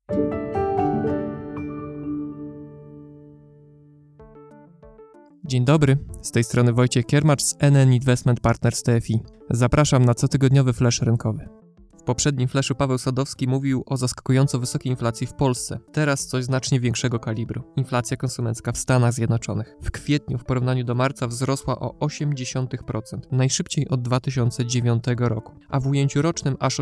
Dzień dobry, z tej strony Wojciech Kiermacz z NN Investment Partners TFI. Zapraszam na cotygodniowy flash rynkowy. W poprzednim flashu Paweł Sadowski mówił o zaskakująco wysokiej inflacji w Polsce. Teraz coś znacznie większego kalibru. Inflacja konsumencka w Stanach Zjednoczonych. W kwietniu w porównaniu do marca wzrosła o 0,8%, najszybciej od 2009 roku, a w ujęciu rocznym aż o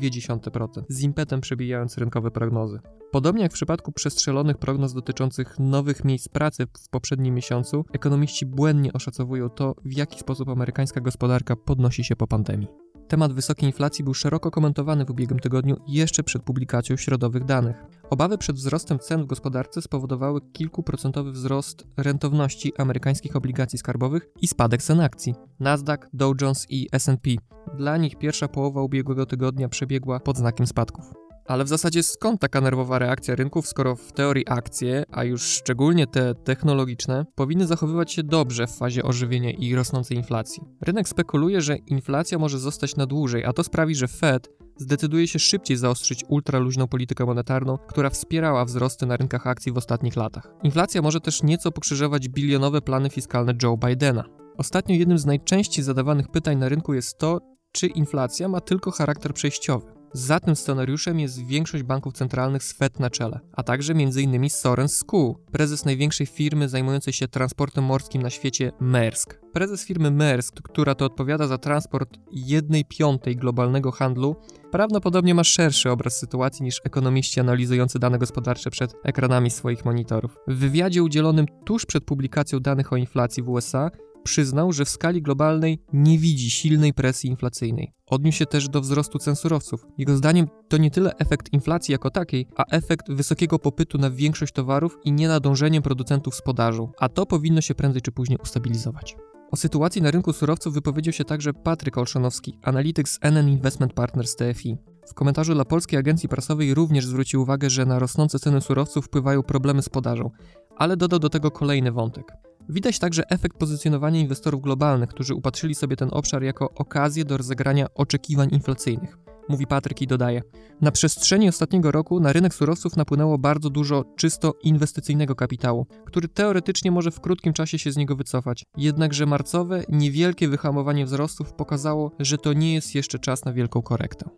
4,2%, z impetem przebijając rynkowe prognozy. Podobnie jak w przypadku przestrzelonych prognoz dotyczących nowych miejsc pracy w poprzednim miesiącu, ekonomiści błędnie oszacowują to, w jaki sposób amerykańska gospodarka podnosi się po pandemii. Temat wysokiej inflacji był szeroko komentowany w ubiegłym tygodniu jeszcze przed publikacją środowych danych. Obawy przed wzrostem cen w gospodarce spowodowały kilkuprocentowy wzrost rentowności amerykańskich obligacji skarbowych i spadek cen akcji. Nasdaq, Dow Jones i S&P. Dla nich pierwsza połowa ubiegłego tygodnia przebiegła pod znakiem spadków. Ale w zasadzie skąd taka nerwowa reakcja rynków, skoro w teorii akcje, a już szczególnie te technologiczne, powinny zachowywać się dobrze w fazie ożywienia i rosnącej inflacji? Rynek spekuluje, że inflacja może zostać na dłużej, a to sprawi, że Fed zdecyduje się szybciej zaostrzyć ultraluźną politykę monetarną, która wspierała wzrosty na rynkach akcji w ostatnich latach. Inflacja może też nieco pokrzyżować bilionowe plany fiskalne Joe Bidena. Ostatnio jednym z najczęściej zadawanych pytań na rynku jest to, czy inflacja ma tylko charakter przejściowy. Za tym scenariuszem jest większość banków centralnych z Fed na czele, a także m.in. Soren Skuu, prezes największej firmy zajmującej się transportem morskim na świecie Maersk. Prezes firmy Maersk, która to odpowiada za transport 1/5 globalnego handlu, prawdopodobnie ma szerszy obraz sytuacji niż ekonomiści analizujący dane gospodarcze przed ekranami swoich monitorów. W wywiadzie udzielonym tuż przed publikacją danych o inflacji w USA przyznał, że w skali globalnej nie widzi silnej presji inflacyjnej. Odniósł się też do wzrostu cen surowców. Jego zdaniem to nie tyle efekt inflacji jako takiej, a efekt wysokiego popytu na większość towarów i nienadążeniem producentów z podażą, a to powinno się prędzej czy później ustabilizować. O sytuacji na rynku surowców wypowiedział się także Patryk Olszanowski, analityk z NN Investment Partners TFI. W komentarzu dla Polskiej Agencji Prasowej również zwrócił uwagę, że na rosnące ceny surowców wpływają problemy z podażą, ale dodał do tego kolejny wątek. Widać także efekt pozycjonowania inwestorów globalnych, którzy upatrzyli sobie ten obszar jako okazję do rozegrania oczekiwań inflacyjnych. Mówi Patryk i dodaje: na przestrzeni ostatniego roku na rynek surowców napłynęło bardzo dużo czysto inwestycyjnego kapitału, który teoretycznie może w krótkim czasie się z niego wycofać. Jednakże marcowe, niewielkie wyhamowanie wzrostów pokazało, że to nie jest jeszcze czas na wielką korektę.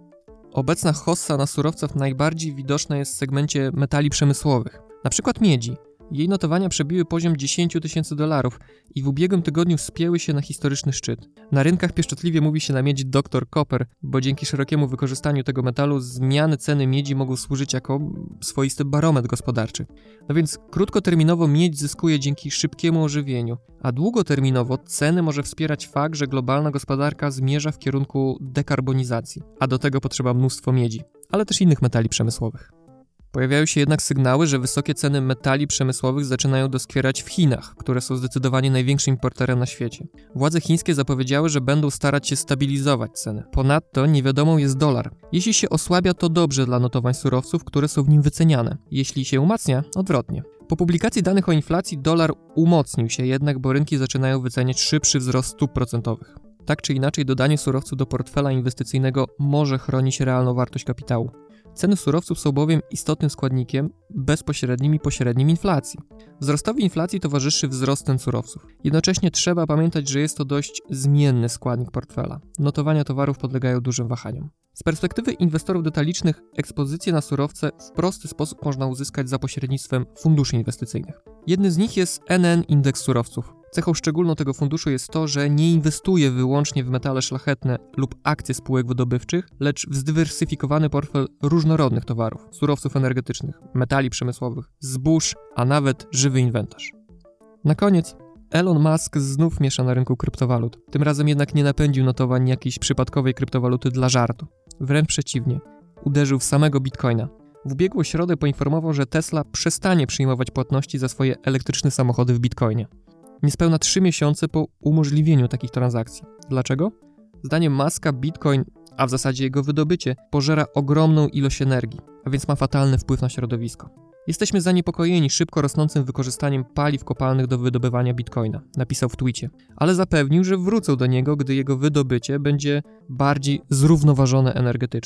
Obecna hossa na surowcach najbardziej widoczna jest w segmencie metali przemysłowych, na przykład miedzi. Jej notowania przebiły poziom $10,000 i w ubiegłym tygodniu wspięły się na historyczny szczyt. Na rynkach pieszczotliwie mówi się na miedzi Dr. Copper, bo dzięki szerokiemu wykorzystaniu tego metalu zmiany ceny miedzi mogą służyć jako swoisty barometr gospodarczy. No więc krótkoterminowo miedź zyskuje dzięki szybkiemu ożywieniu, a długoterminowo ceny może wspierać fakt, że globalna gospodarka zmierza w kierunku dekarbonizacji, a do tego potrzeba mnóstwo miedzi, ale też innych metali przemysłowych. Pojawiają się jednak sygnały, że wysokie ceny metali przemysłowych zaczynają doskwierać w Chinach, które są zdecydowanie największym importerem na świecie. Władze chińskie zapowiedziały, że będą starać się stabilizować ceny. Ponadto niewiadomą jest dolar. Jeśli się osłabia, to dobrze dla notowań surowców, które są w nim wyceniane. Jeśli się umacnia, odwrotnie. Po publikacji danych o inflacji dolar umocnił się jednak, bo rynki zaczynają wyceniać szybszy wzrost stóp procentowych. Tak czy inaczej, dodanie surowców do portfela inwestycyjnego może chronić realną wartość kapitału. Ceny surowców są bowiem istotnym składnikiem bezpośrednim i pośrednim inflacji. Wzrostowi inflacji towarzyszy wzrost cen surowców. Jednocześnie trzeba pamiętać, że jest to dość zmienny składnik portfela. Notowania towarów podlegają dużym wahaniom. Z perspektywy inwestorów detalicznych ekspozycję na surowce w prosty sposób można uzyskać za pośrednictwem funduszy inwestycyjnych. Jednym z nich jest NN Indeks Surowców. Cechą szczególną tego funduszu jest to, że nie inwestuje wyłącznie w metale szlachetne lub akcje spółek wydobywczych, lecz w zdywersyfikowany portfel różnorodnych towarów, surowców energetycznych, metali przemysłowych, zbóż, a nawet żywy inwentarz. Na koniec, Elon Musk znów miesza na rynku kryptowalut. Tym razem jednak nie napędził notowań jakiejś przypadkowej kryptowaluty dla żartu. Wręcz przeciwnie, uderzył w samego Bitcoina. W ubiegłą środę poinformował, że Tesla przestanie przyjmować płatności za swoje elektryczne samochody w Bitcoinie. Niespełna 3 miesiące po umożliwieniu takich transakcji. Dlaczego? Zdaniem Muska Bitcoin, a w zasadzie jego wydobycie, pożera ogromną ilość energii, a więc ma fatalny wpływ na środowisko. Jesteśmy zaniepokojeni szybko rosnącym wykorzystaniem paliw kopalnych do wydobywania bitcoina, napisał w twicie, ale zapewnił, że wrócą do niego, gdy jego wydobycie będzie bardziej zrównoważone energetycznie.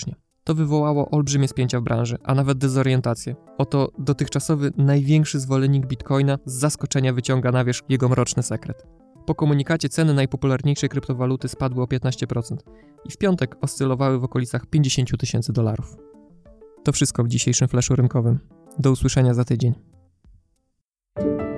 To wywołało olbrzymie spięcia w branży, a nawet dezorientację. Oto dotychczasowy największy zwolennik Bitcoina z zaskoczenia wyciąga na wierzch jego mroczny sekret. Po komunikacie ceny najpopularniejszej kryptowaluty spadły o 15% i w piątek oscylowały w okolicach $50,000. To wszystko w dzisiejszym flashu rynkowym. Do usłyszenia za tydzień.